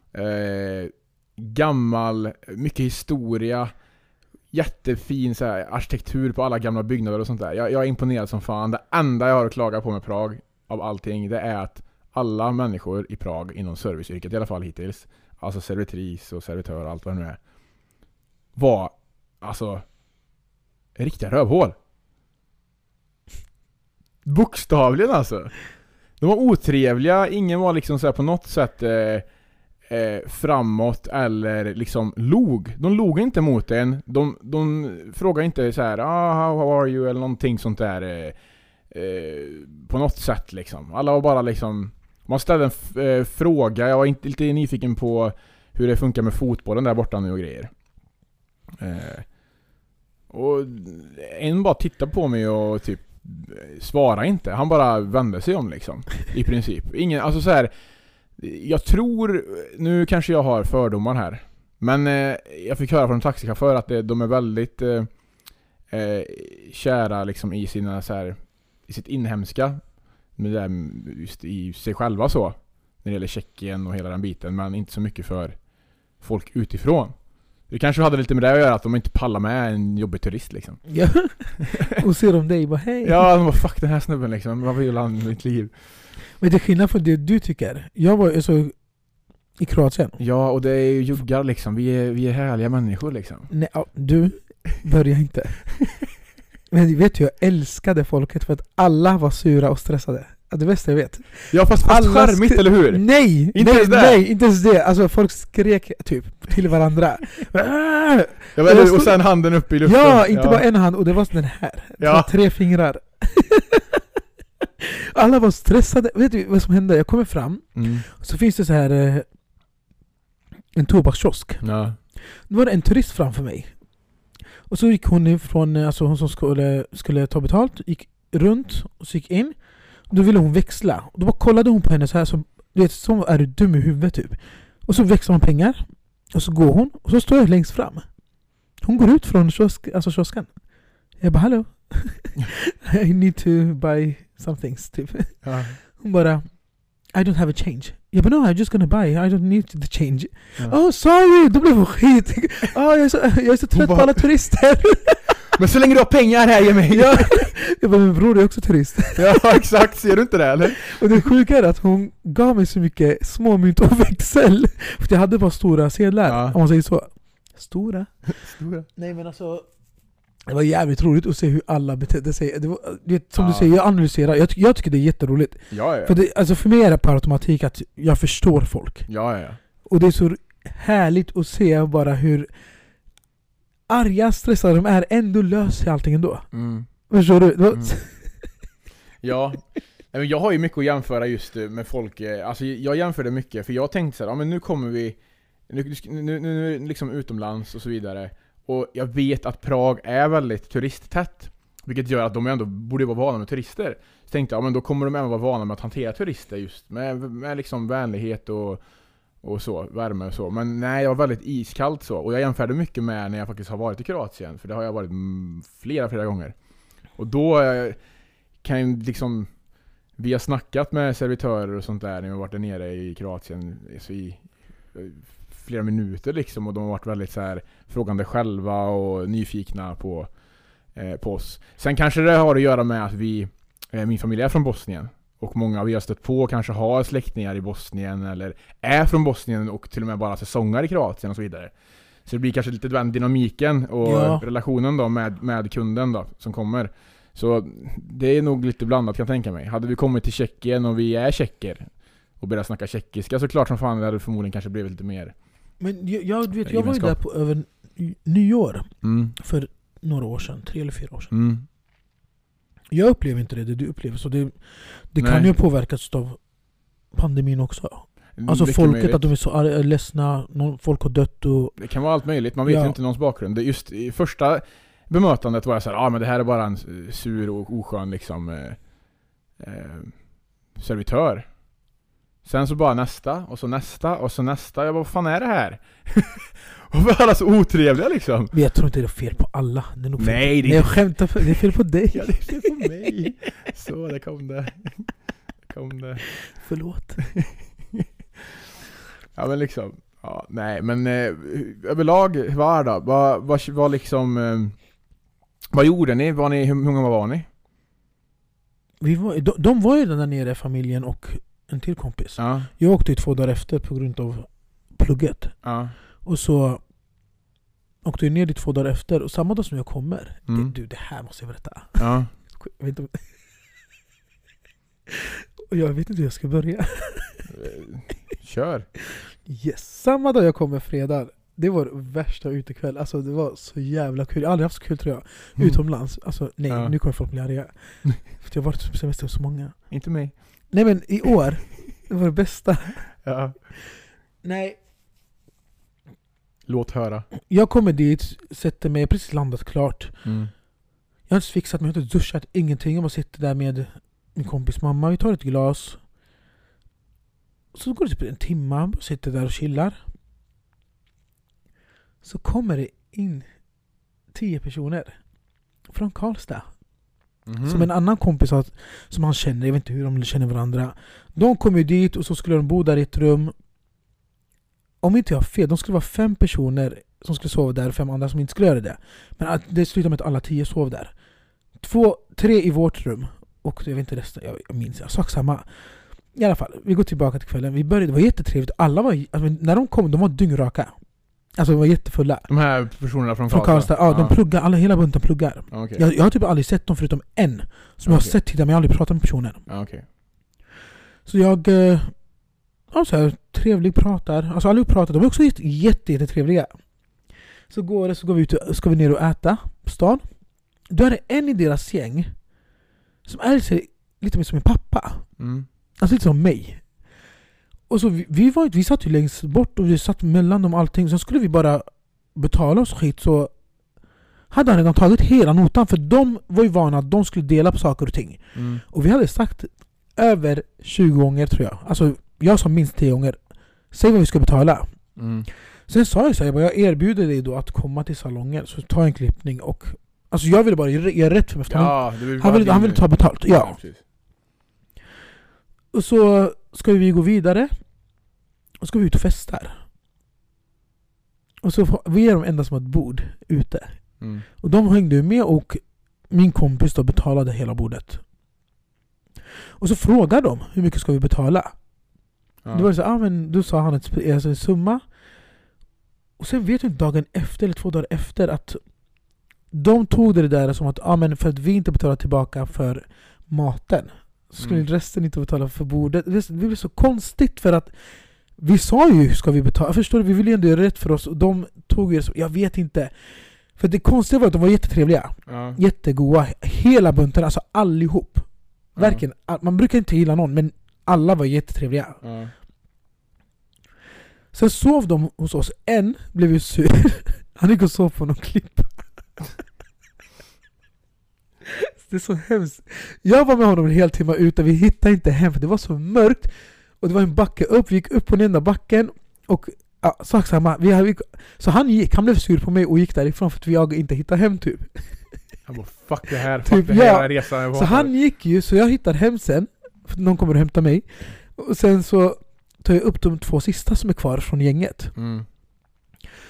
S1: Gammal, mycket historia. Jättefin så här, arkitektur på alla gamla byggnader och sånt där. Jag är imponerad som fan. Det enda jag har att klaga på med Prag av allting, det är att alla människor i Prag inom serviceyrket, i alla fall hittills, alltså servitris och servitör och allt vad det nu är, var alltså riktiga rövhål. Bokstavligen alltså. De var otrevliga, ingen var liksom så här på något sätt framåt eller liksom log. De log inte mot en. De frågade inte så här how are you eller någonting sånt där på något sätt liksom. Alla var bara liksom, man ställde en fråga. Jag var lite nyfiken på hur det funkar med fotbollen där borta nu och grejer. Och en bara tittade på mig och typ svara inte. Han bara vände sig om liksom i princip. Ingen, alltså så här, jag tror, nu kanske jag har fördomar här, men jag fick höra från en taxichaufför att de är väldigt kära liksom i sina så här, i sitt inhemska, med det just i sig själva så, när det gäller Tjeckien och hela den biten, men inte så mycket för folk utifrån. Det kanske hade lite med det att göra, att de inte pallar med en jobbig turist liksom.
S2: Ja. Och ser de dig bara hej.
S1: Ja, de bara fuck den här snubben liksom. Vad vill han med mitt liv?
S2: Men det är skillnad från det du tycker. Jag var alltså i Kroatien.
S1: Ja, och det är ju juggar liksom. Vi är härliga människor liksom.
S2: Nej, du börjar inte. Men vet du, jag älskade folket för att alla var sura och stressade. Det bästa jag vet.
S1: Ja, fast charmigt, eller hur?
S2: Nej, inte ens det. Alltså folk skrek typ till varandra.
S1: Och sen handen upp i luften.
S2: Ja, inte bara en hand. Och det var den här.
S1: Ja.
S2: 3 fingrar. Alla var stressade. Vet du vad som hände? Jag kommer fram. Så finns det så här en tobakskiosk.
S1: Ja.
S2: Då var det en turist framför mig. Och så gick hon ifrån, alltså hon som skulle ta betalt, gick runt och så gick in. Då ville hon växla. Och då bara kollade hon på henne så här, som, du vet, som är du dum i huvudet typ. Och så växlar man pengar. Och så går hon. Och så står jag längst fram. Hon går ut från kiosken. Jag bara, hallå. I need to buy some things typ.
S1: Ja.
S2: Hon bara, I don't have a change. Jag bara, no, I'm just gonna buy. I don't need the change.
S1: Ja.
S2: Oh, sorry. Då blev hon skit. Jag är så trött på alla turister.
S1: Men så länge du har pengar här, ge mig.
S2: Ja. Jag bara, min bror är också turist.
S1: Ja, exakt. Ser du inte det, eller?
S2: Och det sjuka är att hon gav mig så mycket små mynt och växel. För jag hade bara stora sedlar,
S1: ja.
S2: om man säger så. Stora?
S1: Stora.
S2: Nej, men alltså, det var jävligt roligt att se hur alla betedde sig. Det var, som du säger, jag analyserar. Jag tycker det är jätteroligt.
S1: Ja.
S2: För, alltså för mig är det per automatik att jag förstår folk.
S1: Ja.
S2: Och det är så härligt att se bara hur arga, stressade de är. Ändå löser allting ändå. Förstår du?
S1: Ja. Jag har ju mycket att jämföra just med folk. Alltså jag jämförde mycket. För jag tänkte så här, ja, men nu kommer vi nu liksom utomlands och så vidare. Och jag vet att Prag är väldigt turisttätt, vilket gör att de ändå borde vara vana med turister. Så tänkte jag, men då kommer de även vara vana med att hantera turister just med liksom vänlighet och så, värme och så. Men nej, jag var väldigt iskallt så. Och jag jämförde mycket med när jag faktiskt har varit i Kroatien, för det har jag varit flera gånger. Och då kan jag liksom, vi har snackat med servitörer och sånt där när vi har varit där nere i Kroatien, så i flera minuter liksom, och de har varit väldigt så här frågande själva och nyfikna på oss. Sen kanske det har att göra med att min familj är från Bosnien. Och många vi har stött på kanske har släktingar i Bosnien eller är från Bosnien och till och med bara säsonger i Kroatien och så vidare. Så det blir kanske lite den dynamiken och relationen då med kunden då som kommer. Så det är nog lite blandat, kan jag tänka mig. Hade vi kommit till Tjeckien och vi är tjecker och börjat snacka tjeckiska, så klart som fan det hade förmodligen kanske blivit lite mer.
S2: Men jag var ju där på över nyår för några år sedan, 3 eller 4 år sedan. Jag upplever inte det du upplever, så det kan ju påverkas av pandemin också. Alltså folket, att de är så ledsna, folk har dött och...
S1: Det kan vara allt möjligt, man vet ju inte någons bakgrund. Det just i första bemötandet var jag så här, men det här är bara en sur och oskön liksom servitör. Sen så bara nästa, och så nästa, och så nästa. Jag bara, vad fan är det här? Och var alla så otrevliga liksom.
S2: Men jag tror inte det är fel på alla. Det är nog fel.
S1: Nej,
S2: jag skämtar det är fel på dig.
S1: Ja, det är fel på mig. Så, det kom det.
S2: Förlåt.
S1: Ja, men liksom. Ja, nej, men överlag, vad liksom... vad gjorde ni? Hur många var ni?
S2: De var ju där nere, familjen och en till kompis.
S1: Ja.
S2: Jag åkte 2 dagar efter på grund av plugget.
S1: Ja.
S2: Och så åkte jag ner dit 2 dagar efter. Och samma dag som jag kommer. Det här måste jag berätta.
S1: Ja.
S2: Jag vet inte hur jag ska börja.
S1: Kör.
S2: Yes. Samma dag jag kommer fredag. Det var värsta utekväll. Alltså det var så jävla kul. Jag har aldrig haft så kul, tror jag. Utomlands. Alltså nej, nu kommer folk bli arga. För jag har varit på semester hos så många.
S1: Inte mig.
S2: Nej, men i år. Det var det bästa.
S1: Ja.
S2: Nej.
S1: Låt höra.
S2: Jag kommer dit, sätter mig, precis landat klart. Jag har inte fixat mig, jag har inte duschat, ingenting. Jag bara sitter där med min kompis mamma. Vi tar ett glas. Så går det typ en timme. Jag sitter där och chillar. Så kommer det in 10 personer från Karlstad. Som en annan kompis som han känner. Jag vet inte hur de känner varandra. De kom ju dit och så skulle de bo där i ett rum. Om inte jag har fel, de skulle vara 5 personer som skulle sova där och 5 andra som inte skulle göra det. Men det slutade med att alla 10 sov där. 3 i vårt rum. Och jag vet inte resten, jag minns. Jag sa samma. I alla fall, vi går tillbaka till kvällen. Vi började, det var jättetrevligt. Alla var, alltså, när de kom, de var dyngraka. Alltså de var jättefulla.
S1: De här personerna från
S2: Karlstad? Ja, de pluggar, hela bunten pluggar.
S1: Okay.
S2: Jag har typ aldrig sett dem förutom en. Som jag har sett tidigare, men jag har aldrig pratat med personen.
S1: Okay.
S2: Så jag... så här, trevlig pratar. Alltså alla pratar. De är också jättetrevliga. Så går vi ut och ska vi ner och äta på stan. Då är det en i deras gäng som är lite mer som min pappa. Alltså lite som mig. Och så vi satt ju längst bort och vi satt mellan dem allting. Sen skulle vi bara betala oss skit, så hade han redan tagit hela notan. För de var ju vana att de skulle dela på saker och ting. Och vi hade sagt över 20 gånger, tror jag. Alltså jag sa minst 10 gånger. Säg vad vi ska betala. Sen sa jag så här, jag erbjuder dig då att komma till salongen, så ta en klippning. Och alltså jag ville bara göra rätt för mig. Han ville ta betalt. Ja. Och så ska vi gå vidare. Och ska vi ut och festa. Och så vi är de enda som har ett bord ute. Och de hängde med, och min kompis då betalade hela bordet. Och så frågade de, hur mycket ska vi betala? Det var så, men då sa han en summa. Och sen vet jag inte, dagen efter eller 2 dagar efter, att de tog det där som att men för att vi inte betalar tillbaka för maten, så skulle resten inte betala för bordet. Det blev så konstigt, för att vi sa ju, ska vi betala? Förstår du, vi ville ju ändå göra rätt för oss. Och de tog ju, jag vet inte. För det konstiga var att de var jättetrevliga. Jättegoda. Hela bunten, alltså allihop. Verkligen, man brukar inte gilla någon, men alla var jättetrevliga. Sen sov de hos oss. En blev ju sur. Han gick och sov på någon klipp. Det är så hemskt. Jag var med honom en hel timme ute. Vi hittade inte hem, för det var så mörkt. Och det var en backe upp. Vi gick upp på den enda backen. Och sak samma. Så han blev sur på mig och gick därifrån, för att jag inte hittade hem typ.
S1: Han bara, fuck det här. Fuck det här resan.
S2: Så han gick ju. Så jag hittade hem sen. För någon kommer att hämta mig. Och sen så tar jag upp de 2 sista som är kvar från gänget.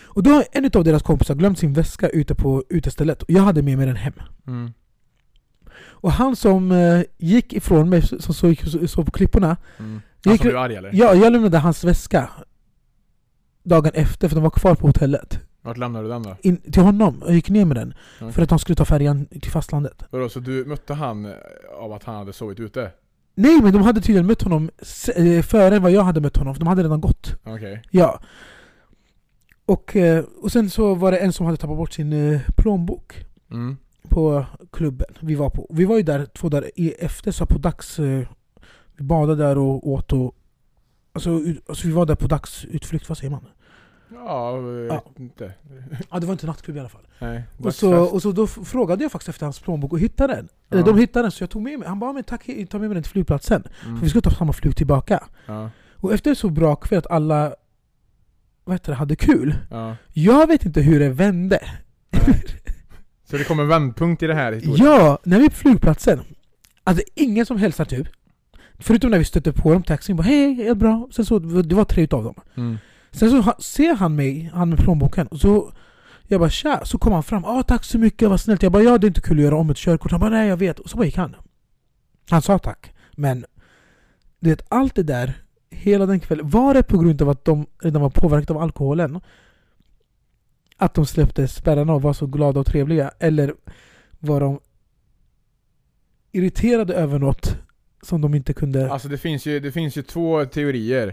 S2: Och då har en av deras kompisar glömt sin väska ute på utestället. Och jag hade med mig den hem. Och han som gick ifrån mig, som såg på klipporna.
S1: Alltså du är arg eller?
S2: Ja, jag lämnade hans väska dagen efter, för de var kvar på hotellet.
S1: Vart lämnade du den då?
S2: Till honom, och gick ner med den. För att han skulle ta färjan till fastlandet.
S1: Så du mötte han av att han hade sovit ute?
S2: Nej, men de hade tydligen mött honom före vad jag hade mött honom. För de hade redan gått.
S1: Okej.
S2: Ja. Och sen så var det en som hade tappat bort sin plånbok på klubben vi var på. Vi var ju där 2 dagar efter, så på dags vi badade där och åt och alltså vi var där på dagsutflykt, vad säger man?
S1: Ja, jag vet inte.
S2: Ja, det var inte nattklubb i alla fall.
S1: Nej,
S2: och så då frågade jag faktiskt efter hans plånbok och hittade den. Eller de hittade den, så jag tog med mig. Han bara, men tack, ta med mig den till flygplatsen. För vi skulle ta samma flyg tillbaka. Och efter så bra kväll att alla hade kul. Jag vet inte hur det vände.
S1: Så det kom en vändpunkt i det här historien?
S2: Ja, när vi är på flygplatsen. Alltså ingen som hälsar typ. Förutom när vi stötte på dem, taxin bara, hej, är det bra? Sen så, det var 3 utav dem. Sen så ser han mig, han med plånboken. Och så, jag bara, tja. Så kom han fram, tack så mycket, vad snällt. Jag bara, det är inte kul att göra om ett körkort. Han bara, nej jag vet. Och så bara gick han. Han sa tack. Men det, allt det där, hela den kvällen, var det på grund av att de var påverkade av alkoholen? Att de släppte spärrarna och var så glada och trevliga? Eller var de irriterade över något som de inte kunde...
S1: Alltså det finns ju 2 teorier.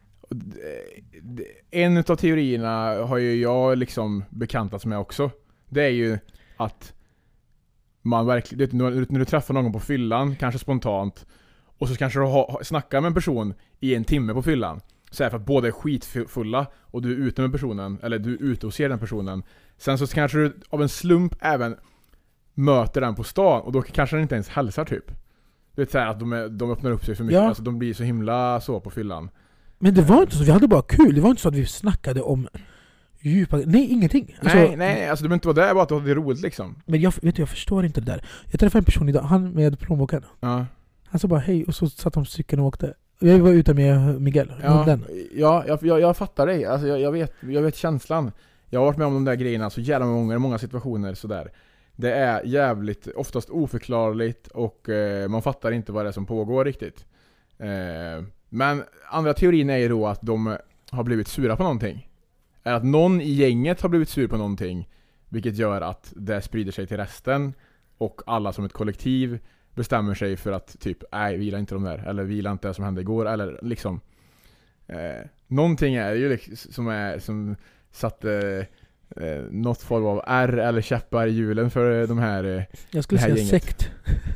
S1: En av teorierna har ju jag liksom bekantats med också. Det är ju att man verkligen, när du träffar någon på fyllan, kanske spontant, och så kanske du snackar med en person i 1 timme på fyllan. Så här, för att båda är skitfulla och du är ute med personen, eller du är ute och ser den personen. Sen så kanske du av en slump även möter den på stan, och då kanske den inte ens hälsar typ. Det är så här att de öppnar upp sig för mycket, alltså de blir så himla så på fyllan.
S2: Men det var inte så, vi hade bara kul. Det var inte så att vi snackade om djupa... Nej, ingenting. Alltså,
S1: nej, alltså du behöver inte vara där, bara att du hade det roligt liksom.
S2: Men jag förstår inte det där. Jag träffade en person idag, han med plånboken. Han sa bara hej, och så satt de på cykeln och åkte. Jag var ute med Miguel.
S1: Jag fattar dig. Alltså jag vet känslan. Jag har varit med om de där grejerna så jävla många i många situationer sådär. Det är jävligt, oftast oförklarligt, och man fattar inte vad det är som pågår riktigt. Men andra teorin är ju då att de har blivit sura på någonting. Är att någon i gänget har blivit sur på någonting, vilket gör att det sprider sig till resten, och alla som ett kollektiv bestämmer sig för att typ, nej, vi gillar inte de där, eller vi gillar inte det som hände igår, eller liksom någonting är ju som satte något form av R eller käppar i hjulen för de här
S2: jag skulle säga
S1: gänget.
S2: Sekt.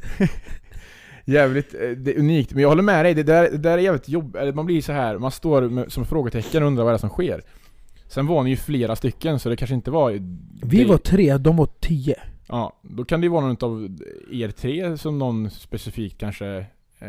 S1: Jävligt, det är unikt, men jag håller med dig, det där är jävligt jobb, man blir så här, man står som frågetecken och undrar vad det är som sker. Sen var ni ju flera stycken, så det kanske inte var...
S2: Vi var 3, de var 10.
S1: Ja, då kan det ju vara någon av er 3 som någon specifikt kanske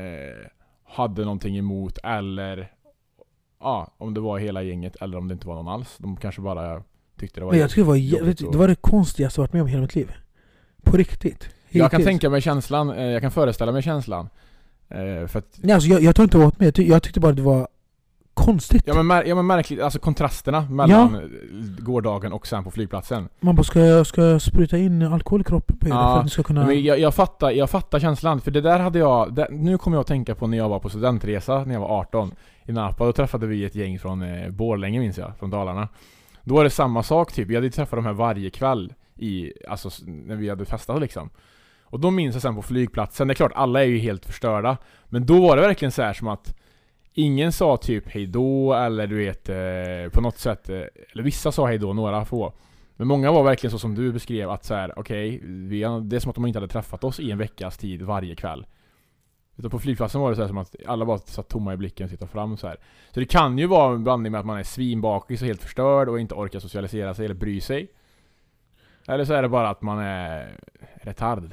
S1: hade någonting emot, eller om det var hela gänget, eller om det inte var någon alls. De kanske bara tyckte det var...
S2: Men jag tycker det var det konstigaste jag varit med om i hela mitt liv. På riktigt.
S1: Jag kan tänka mig känslan, jag kan föreställa mig känslan. För att...
S2: Nej, alltså jag tar inte åt mig, jag tyckte bara det var konstigt.
S1: Ja men märkligt, alltså kontrasterna mellan gårdagen och sen på flygplatsen.
S2: Man bara, ska jag spruta in alkohol i kroppen på er för att ni ska kunna...
S1: Men jag fattar känslan, för det där hade jag... nu kommer jag att tänka på när jag var på studentresa när jag var 18 i Napa. Då träffade vi ett gäng från Borlänge, minns jag, från Dalarna. Då var det samma sak typ, vi hade träffat de här varje kväll alltså när vi hade festat liksom. Och då minns jag sen på flygplatsen, det är klart alla är ju helt förstörda, men då var det verkligen så här som att ingen sa typ hej då, eller du vet på något sätt, eller vissa sa hej då, några få. Men många var verkligen så som du beskrev, att så här, okej, det är som att de inte hade träffat oss i en veckas tid varje kväll. Utan på flygplatsen var det så här som att alla bara satt tomma i blicken och tittade fram så här. Så det kan ju vara en blandning med att man är svinbakis och helt förstörd och inte orkar socialisera sig eller bry sig. Eller så är det bara att man är retard.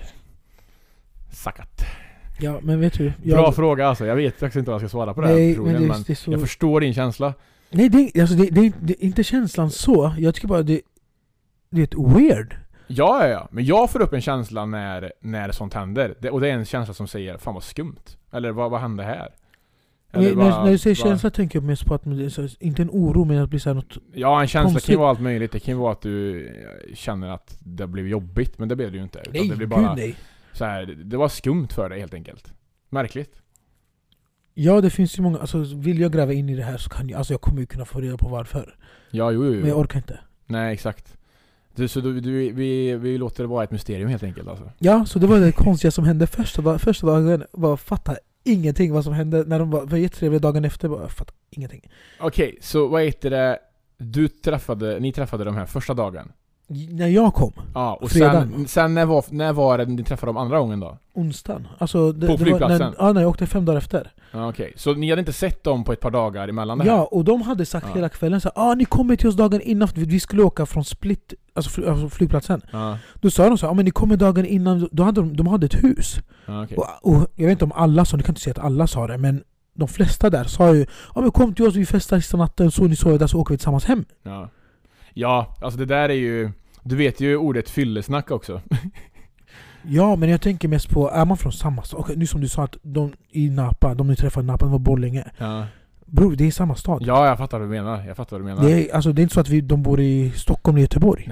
S1: Sackat.
S2: Ja, men vet du...
S1: Bra fråga alltså. Jag vet faktiskt inte vad jag ska svara på det här personen, men det så... jag förstår din känsla.
S2: Nej, det är inte känslan så. Jag tycker bara det är ett weird.
S1: Ja. Men jag får upp en känsla när sånt händer. Och det är en känsla som säger, fan vad skumt. Eller vad hände här?
S2: När du säger känsla tänker jag mest på att inte en oro, men att bli så här något.
S1: Ja, en känsla
S2: konstigt.
S1: kan ju vara allt möjligt. Det kan ju vara att du känner att det blev jobbigt, men det blev det ju inte. Utan
S2: Nej,
S1: det blev bara
S2: nej.
S1: så här, det var skumt för dig helt enkelt. Märkligt.
S2: Ja, det finns ju många, alltså vill jag gräva in i det här så kan jag, alltså jag kommer ju kunna få reda på varför.
S1: Ja, jo.
S2: Men jag orkar inte.
S1: Nej, exakt. Vi låter det vara ett mysterium helt enkelt alltså.
S2: Ja, så det var det konstiga som hände första dagen. Var fatta ingenting vad som hände. När de var jättetrevliga dagen efter, bara fatta ingenting.
S1: Okej, så vad heter det? Ni träffade de här första dagen?
S2: När jag kom.
S1: Ja, och sen när var det ni träffade dem andra gången då?
S2: Onsdagen. Alltså
S1: på flygplatsen?
S2: När jag åkte 5 dagar efter.
S1: Ja, okej. Så ni hade inte sett dem på ett par dagar emellan det här?
S2: Ja, och de hade sagt hela kvällen så ni kommer till oss dagen innan, för vi skulle åka från Split, alltså flygplatsen. Då sa de så men ni kommer dagen innan. Då hade de hade ett hus.
S1: Okay.
S2: Och jag vet inte om alla sa, du kan inte säga att alla sa det, men de flesta där sa ju men kom till oss, vi festar sista natten, så ni sover där, så åker vi tillsammans hem.
S1: Ja, alltså det där är ju, du vet ju ordet fyllesnack också.
S2: Ja, men jag tänker mest på, är man från samma stad? Okay, nu som du sa att de i Napa, de ni träffade i Napa, det var Borlänge.
S1: Ja.
S2: Bro, det är samma stad.
S1: Ja, jag fattar vad du menar.
S2: Det är, alltså, det är inte så att de bor i Stockholm eller Göteborg.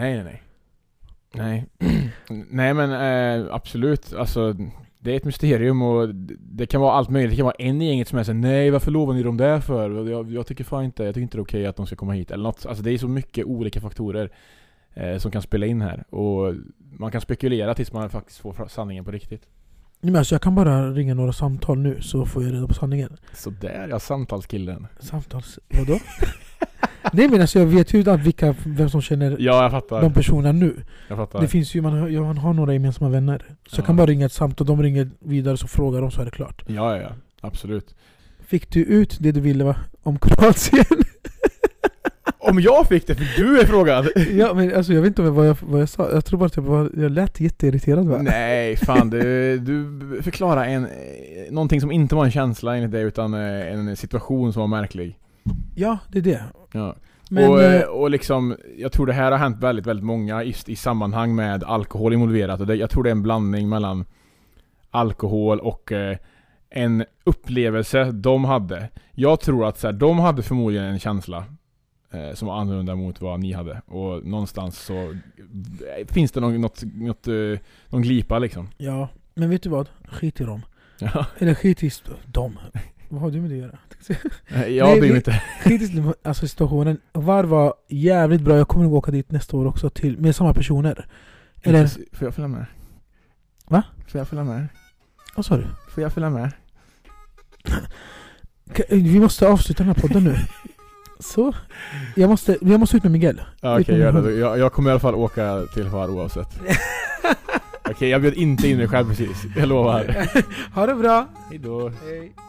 S1: Nej, men absolut. Alltså, det är ett mysterium och det kan vara allt möjligt. Det kan vara en i gänget som är så nej, varför lovar ni dem där för? Jag tycker fan inte, jag tycker inte det är okej att de ska komma hit eller något. Alltså det är så mycket olika faktorer som kan spela in här, och man kan spekulera tills man faktiskt får sanningen på riktigt.
S2: Men alltså jag kan bara ringa några samtal nu så får jag reda på sanningen.
S1: Så där, ja, samtalskillen.
S2: Vadå? Nej, men alltså jag vet ju vem som känner de personerna nu.
S1: Jag fattar.
S2: Det finns ju, man har några gemensamma vänner. Så jag kan bara ringa ett samtal, de ringer vidare så frågar de, så är det klart.
S1: Ja, absolut.
S2: Fick du ut det du ville om Kroatien?
S1: Om jag fick det, för du är frågad.
S2: Ja, men alltså jag vet inte vad jag sa. Jag tror bara att jag lät jätteirriterad, va?
S1: Nej, fan, du förklarar någonting som inte var en känsla enligt dig, utan en situation som var märklig.
S2: Ja, det är det.
S1: Ja. Men, och liksom, jag tror det här har hänt väldigt, väldigt många i sammanhang med alkohol involverat. Och jag tror det är en blandning mellan alkohol och en upplevelse de hade. Jag tror att så här, de hade förmodligen en känsla som var annorlunda mot vad ni hade. Och någonstans så finns det någon glipa liksom. Ja,
S2: men vet du vad? Skit i dem.
S1: Ja.
S2: Eller skit i dem. Vad har du med det att göra?
S1: Jag bryr mig inte.
S2: Skit i alltså situationen. VAR var jävligt bra. Jag kommer nog åka dit nästa år också med samma personer. Eller?
S1: Får jag följa med?
S2: Va?
S1: Får jag följa med?
S2: Vad sa du?
S1: Får jag följa med?
S2: Vi måste avsluta den här podden nu. Så, jag måste ut med Miguel.
S1: Ja, okej, gör det. Jag kommer i alla fall åka till VAR oavsett. Okej, jag bjöd inte in mig själv precis. Jag lovar.
S2: Ha det bra.
S1: Hejdå.
S2: Hej.